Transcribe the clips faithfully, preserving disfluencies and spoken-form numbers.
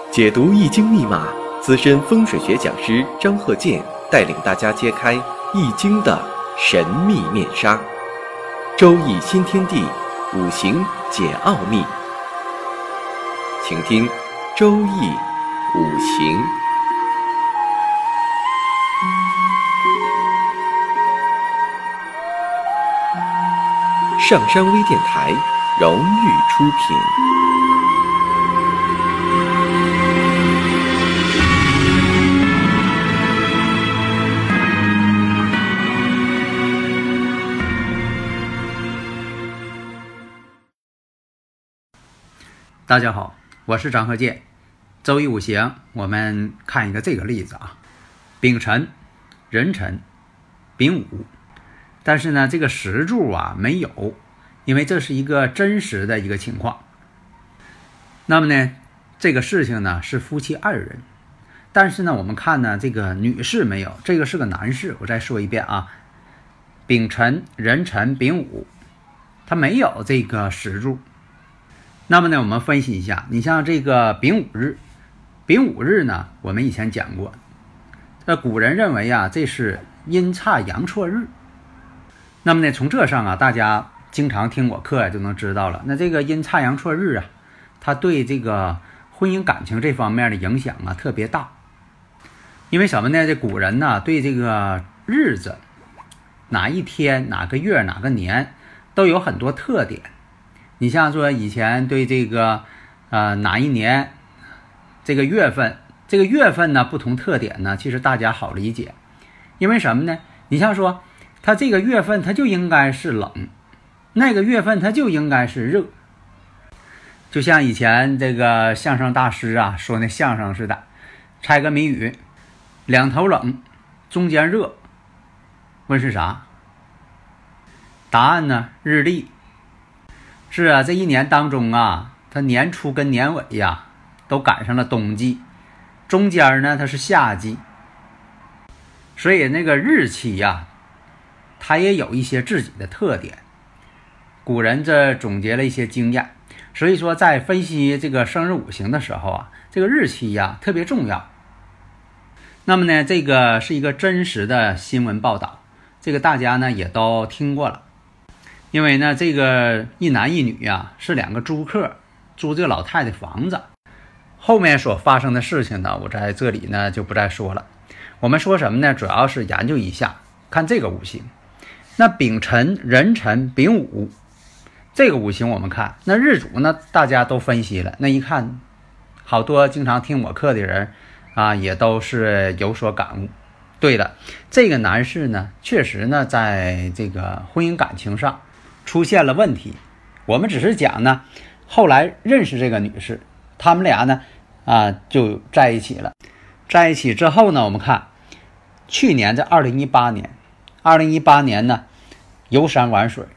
解读易经密码，资深风水学讲师张鹤剑带领大家揭开易经的神秘面纱。周易新天地，五行解奥秘。请听周易五行。上山微电台荣誉出品。 大家好，我是张鹤剑。周易五行，我们看一个这个例子啊，丙辰、壬辰、丙午，但是呢，这个时柱啊没有，因为这是一个真实的一个情况。那么呢，这个事情呢是夫妻二人，但是呢，我们看呢这个女士没有，这个是个男士。我再说一遍啊，丙辰、壬辰、丙午，他没有这个时柱。那么呢，我们分析一下，你像这个丙午日，丙午日呢，我们以前讲过，这古人认为啊，这是阴差阳错日。那么呢，从这上啊，大家经常听我课呀、啊，就能知道了。那这个阴差阳错日啊，它对这个婚姻感情这方面的影响啊特别大。因为什么呢？这古人呢，对这个日子哪一天、哪个月、哪个年都有很多特点。你像说以前对这个呃哪一年这个月份，这个月份呢不同特点呢，其实大家好理解。因为什么呢？你像说它这个月份它就应该是冷，那个月份它就应该是热。就像以前这个相声大师啊说那相声似的，猜个谜语，两头冷，中间热，问是啥？答案呢？日历。是啊，这一年当中啊，它年初跟年尾呀、啊、都赶上了冬季，中间呢它是夏季，所以那个日期呀、啊，它也有一些自己的特点。古人这总结了一些经验，所以说在分析这个生日五行的时候啊，这个日期呀、啊、特别重要。那么呢，这个是一个真实的新闻报道，这个大家呢也都听过了。因为呢，这个一男一女啊，是两个租客租这个老太太房子，后面所发生的事情呢，我在这里呢就不再说了。我们说什么呢？主要是研究一下，看这个五行。那丙辰、壬辰、丙午这个五行，我们看那日主呢，大家都分析了。那一看，好多经常听我课的人啊，也都是有所感悟。对了，这个男士呢，确实呢，在这个婚姻感情上出现了问题。我们只是讲呢，后来认识这个女士，他们俩呢啊就在一起了。在一起之后呢，我们看去年在二零一八年，二零一八年呢游山玩水，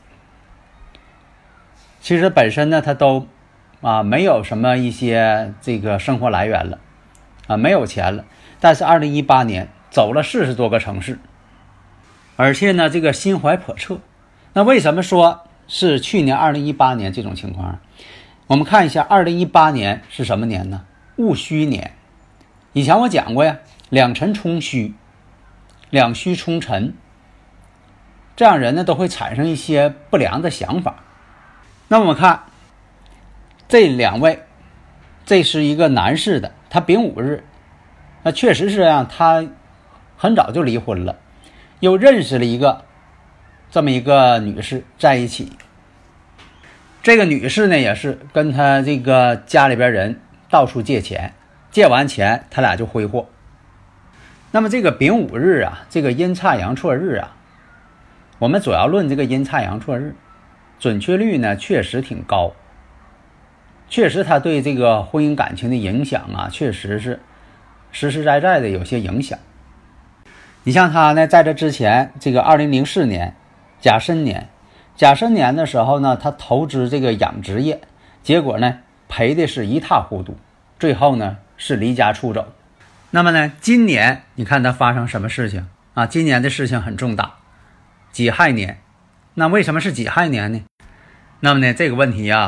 其实本身呢他都啊没有什么一些这个生活来源了啊，没有钱了，但是二零一八年走了四十多个城市，而且呢这个心怀叵测。那为什么说是去年二零一八年这种情况？我们看一下二零一八年是什么年呢？戊戌年。以前我讲过呀，两辰冲戌，两戌冲辰，这样人呢都会产生一些不良的想法。那我们看这两位，这是一个男士的，他丙午日，那确实是这样，他很早就离婚了，又认识了一个这么一个女士在一起。这个女士呢也是跟他这个家里边人到处借钱，借完钱他俩就挥霍。那么这个丙午日啊，这个阴差阳错日啊，我们主要论这个阴差阳错日，准确率呢确实挺高，确实它对这个婚姻感情的影响啊，确实是实实在在的有些影响。你像他呢，在这之前，这个二零零四年甲申年，甲申年的时候呢，他投资这个养殖业，结果呢赔的是一塌糊涂，最后呢是离家出走。那么呢，今年你看他发生什么事情啊？今年的事情很重大，己亥年。那为什么是己亥年呢？那么呢，这个问题啊，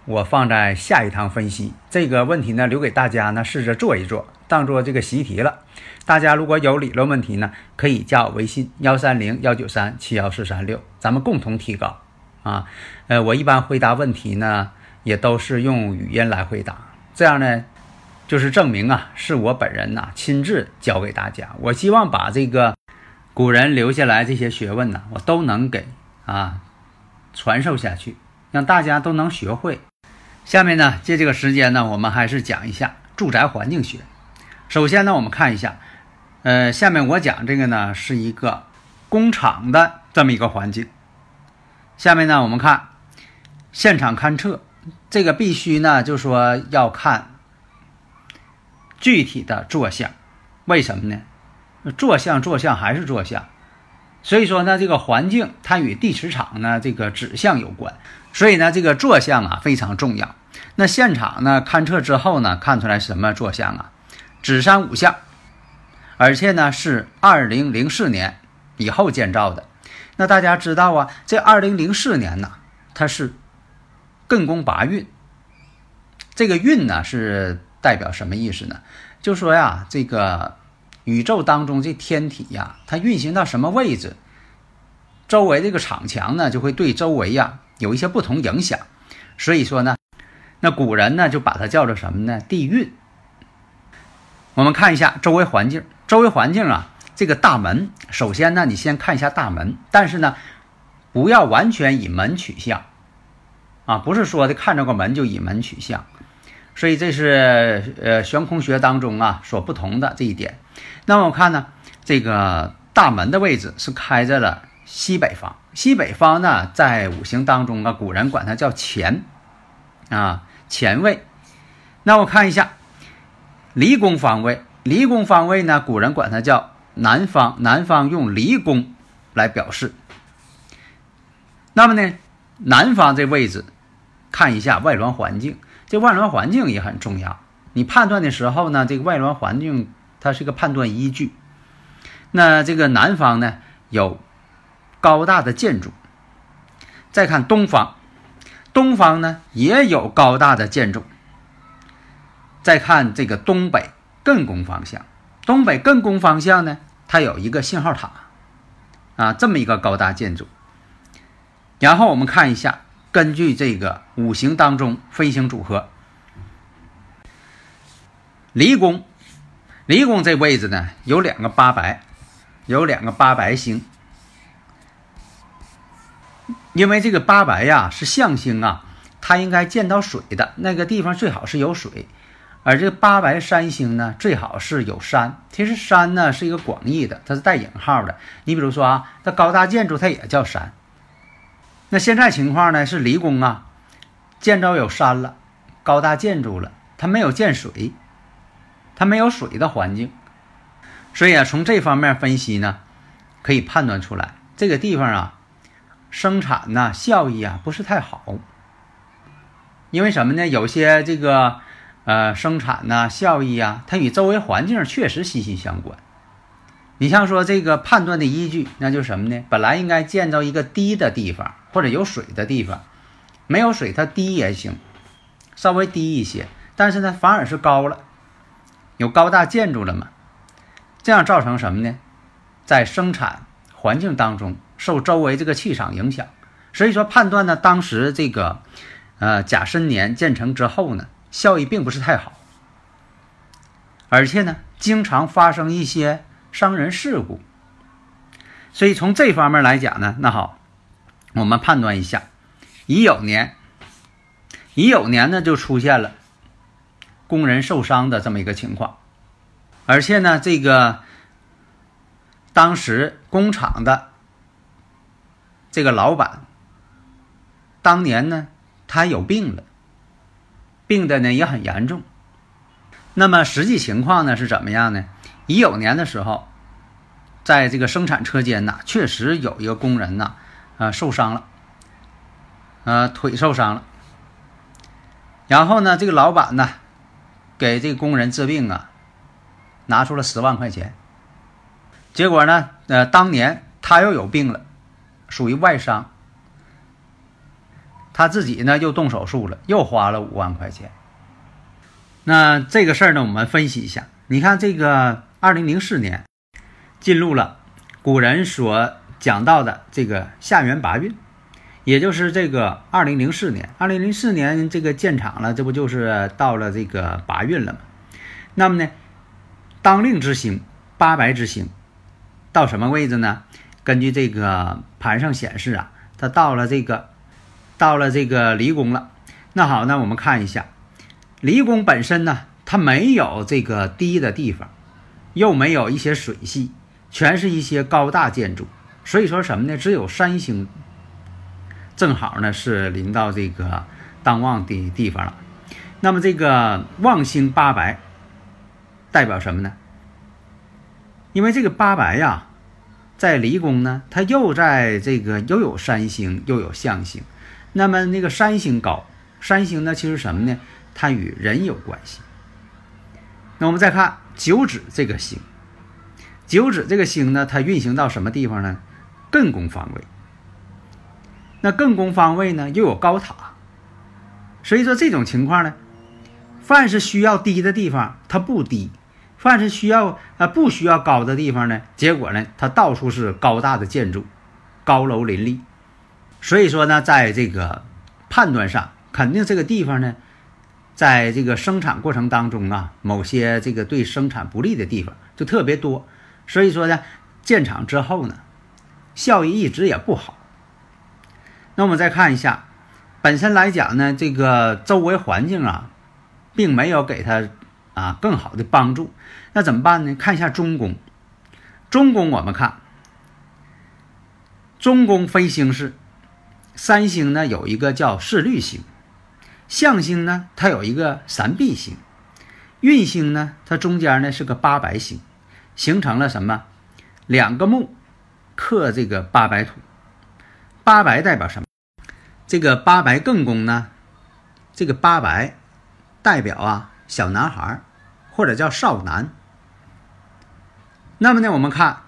我放在下一堂分析。这个问题呢，留给大家呢试着做一做，当做这个习题了。大家如果有理论问题呢，可以加我微信幺三零幺九三七幺四三六，咱们共同提高啊。呃，我一般回答问题呢，也都是用语音来回答，这样呢，就是证明啊，是我本人呐、啊、亲自教给大家。我希望把这个古人留下来这些学问呢，我都能给啊传授下去，让大家都能学会。下面呢，借这个时间呢，我们还是讲一下住宅环境学。首先呢，我们看一下，呃，下面我讲这个呢是一个工厂的这么一个环境。下面呢，我们看现场勘测，这个必须呢就说要看具体的坐向。为什么呢？坐向坐向还是坐向，所以说呢，这个环境它与地磁场呢这个指向有关，所以呢这个坐向啊非常重要。那现场呢勘测之后呢，看出来什么坐向啊？指山五向，而且呢是二零零四年以后建造的。那大家知道啊，这二零零四年呢，它是艮宫八运。这个运呢是代表什么意思呢？就说呀，这个宇宙当中这天体呀，它运行到什么位置，周围这个场墙呢就会对周围呀有一些不同影响。所以说呢，那古人呢就把它叫做什么呢？地运。我们看一下周围环境，周围环境啊，这个大门，首先呢你先看一下大门，但是呢不要完全以门取向啊，不是说的看着个门就以门取向。所以这是呃悬空学当中啊所不同的这一点。那么我看呢，这个大门的位置是开在了西北方。西北方呢，在五行当中啊，古人管它叫乾啊，乾位。那我看一下离宫方位，离宫方位呢，古人管它叫南方，南方用离宫来表示。那么呢，南方这位置看一下外轮环境，这外轮环境也很重要。你判断的时候呢，这个外轮环境它是个判断依据。那这个南方呢有高大的建筑，再看东方，东方呢也有高大的建筑。再看这个东北艮宫方向，东北艮宫方向呢，它有一个信号塔啊，这么一个高大建筑。然后我们看一下，根据这个五行当中飞行组合，离宫，离宫这位置呢有两个八白，有两个八白星。因为这个八白呀是象星啊，它应该见到水的，那个地方最好是有水。而这个八白山星呢，最好是有山。其实山呢是一个广义的，它是带引号的。你比如说啊，它高大建筑它也叫山。那现在情况呢是离宫啊，建造有山了，高大建筑了，它没有见水，它没有水的环境。所以啊，从这方面分析呢，可以判断出来这个地方啊，生产呐、啊、效益啊不是太好。因为什么呢？有些这个呃，生产呐、啊、效益啊，它与周围环境确实息息相关。你像说这个判断的依据，那就是什么呢？本来应该建造一个低的地方，或者有水的地方，没有水它低也行，稍微低一些，但是呢反而是高了，有高大建筑了嘛，这样造成什么呢？在生产环境当中受周围这个气场影响。所以说判断呢，当时这个呃甲申年建成之后呢，效益并不是太好，而且呢经常发生一些伤人事故。所以从这方面来讲呢，那好，我们判断一下乙酉年，乙酉年呢就出现了工人受伤的这么一个情况。而且呢这个当时工厂的这个老板当年呢他有病了，病的呢也很严重。那么实际情况呢是怎么样呢？乙酉年的时候，在这个生产车间呢，确实有一个工人呢，呃受伤了，呃腿受伤了。然后呢，这个老板呢，给这个工人治病啊，拿出了十万块钱。结果呢，呃当年他又有病了，属于外伤。 他自己呢又动手术了，又花了五万块钱。那这个事儿呢，我们分析一下。你看这个二零零四年进入了古人所讲到的这个下元八运，也就是这个二零零四年，二零零四年这个建厂了，这不就是到了这个八运了吗？那么呢，当令之星八白之星到什么位置呢？根据这个盘上显示啊，它到了这个到了这个离宫了。那好，那我们看一下离宫本身呢，它没有这个低的地方，又没有一些水系，全是一些高大建筑。所以说什么呢？只有三星正好呢是临到这个当旺的地方了。那么这个旺星八白代表什么呢？因为这个八白呀，在离宫呢，它又在这个又有三星又有象星。那么那个三星高，三星呢其实什么呢？它与人有关系。那我们再看九紫这个星，九紫这个星呢，它运行到什么地方呢？艮宫方位。那艮宫方位呢又有高塔，所以说这种情况呢，凡是需要低的地方它不低，凡是需要呃不需要高的地方呢，结果呢它到处是高大的建筑，高楼林立。所以说呢，在这个判断上，肯定这个地方呢，在这个生产过程当中啊，某些这个对生产不利的地方就特别多。所以说呢，建厂之后呢，效益一直也不好。那我们再看一下，本身来讲呢，这个周围环境啊，并没有给它啊更好的帮助。那怎么办呢？看一下中宫。中宫我们看，中宫飞星是三星呢，有一个叫四绿星，象星呢它有一个三碧星，运星呢它中间呢是个八白星，形成了什么？两个木克这个八白土。八白代表什么？这个八白艮宫呢，这个八白代表啊小男孩或者叫少男。那么呢，我们看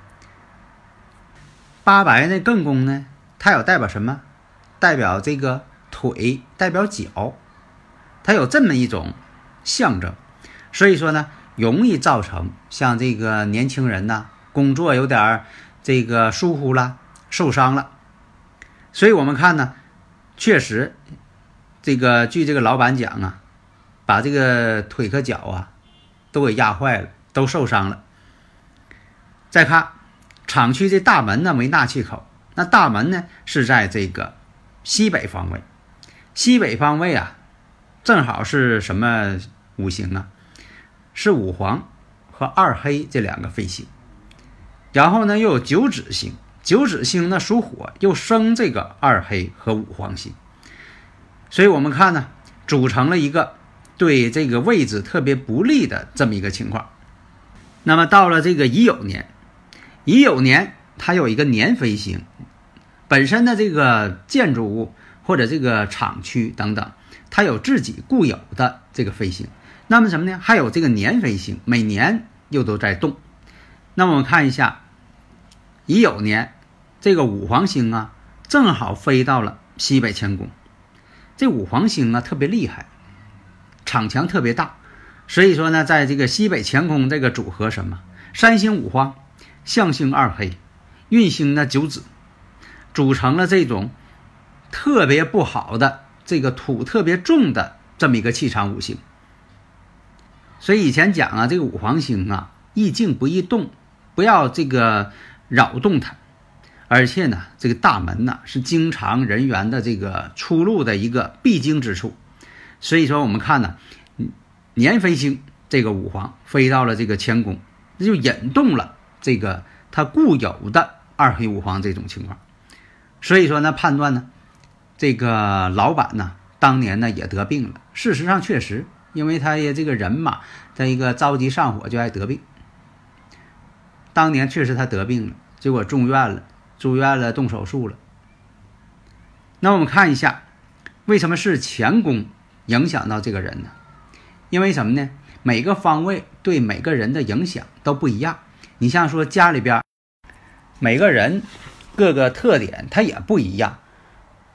八白呢艮宫呢，它有代表什么？代表这个腿，代表脚，它有这么一种象征。所以说呢，容易造成像这个年轻人呢，工作有点这个疏忽了，受伤了。所以我们看呢，确实这个据这个老板讲啊，把这个腿和脚啊都给压坏了，都受伤了。再看厂区这大门呢为纳气口，那大门呢是在这个西北方位。西北方位啊，正好是什么五行啊？是五黄和二黑这两个飞星。然后呢又有九紫星，九紫星呢属火，又生这个二黑和五黄星。所以我们看呢，组成了一个对这个位置特别不利的这么一个情况。那么到了这个乙酉年，乙酉年它有一个年飞星，本身的这个建筑物或者这个厂区等等，它有自己固有的这个飞星。那么什么呢？还有这个年飞星，每年又都在动。那么我们看一下乙酉年，这个五黄星啊正好飞到了西北乾宫。这五黄星啊特别厉害，场强特别大。所以说呢，在这个西北乾宫这个组合什么，三星五黄，象星二黑，运星呢九紫，组成了这种特别不好的这个土特别重的这么一个气场五行。所以以前讲啊，这个五黄星啊易静不易动，不要这个扰动它。而且呢，这个大门呢是经常人员的这个出入的一个必经之处。所以说我们看呢，年飞星这个五黄飞到了这个乾宫，那就引动了这个它固有的二黑五黄这种情况。所以说呢，判断呢，这个老板呢当年呢也得病了。事实上确实，因为他也这个人嘛，他一个着急上火就爱得病。当年确实他得病了，结果住院了，住院了，动手术了。那我们看一下，为什么是乾宫影响到这个人呢？因为什么呢？每个方位对每个人的影响都不一样。你像说家里边每个人各个特点它也不一样。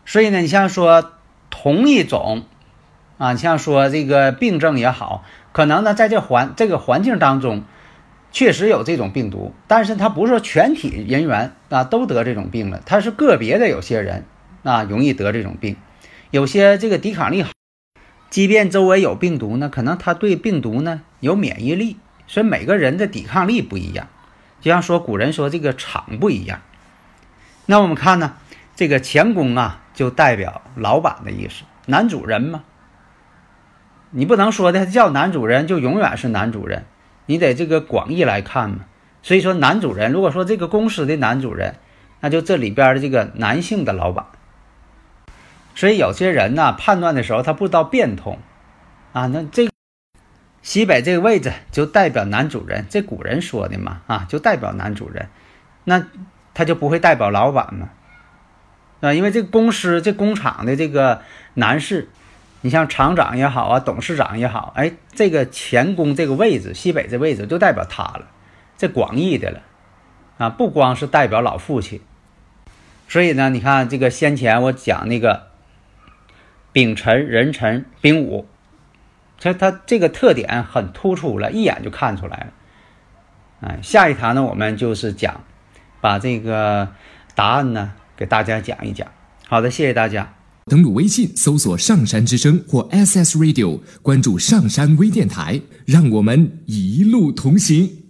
所以呢，你像说同一种啊，你像说这个病症也好，可能呢在这环这个环境当中确实有这种病毒，但是它不是说全体人员啊都得这种病了，它是个别的有些人啊容易得这种病，有些这个抵抗力好，即便周围有病毒呢，可能他对病毒呢有免疫力，所以每个人的抵抗力不一样。就像说古人说这个场不一样。那我们看呢，这个前功啊就代表老板的意思，男主人嘛，你不能说的叫男主人就永远是男主人，你得这个广义来看嘛。所以说男主人，如果说这个公司的男主人，那就这里边的这个男性的老板。所以有些人呢判断的时候他不知道变通啊，那这个西北这个位置就代表男主人，这古人说的嘛，啊就代表男主人，那他就不会代表老板嘛，啊，因为这个公司这工厂的这个男士，你像厂长也好啊，董事长也好，哎，这个前宫这个位置，西北这位置就代表他了，这广义的了啊，不光是代表老父亲。所以呢，你看这个先前我讲那个丙辰、壬辰、丙午，它它这个特点很突出了，一眼就看出来了。哎，下一堂呢，我们就是讲把这个答案呢给大家讲一讲。好的，谢谢大家。 登录微信搜索上山之声或 S S Radio， 关注上山微电台，让我们一路同行。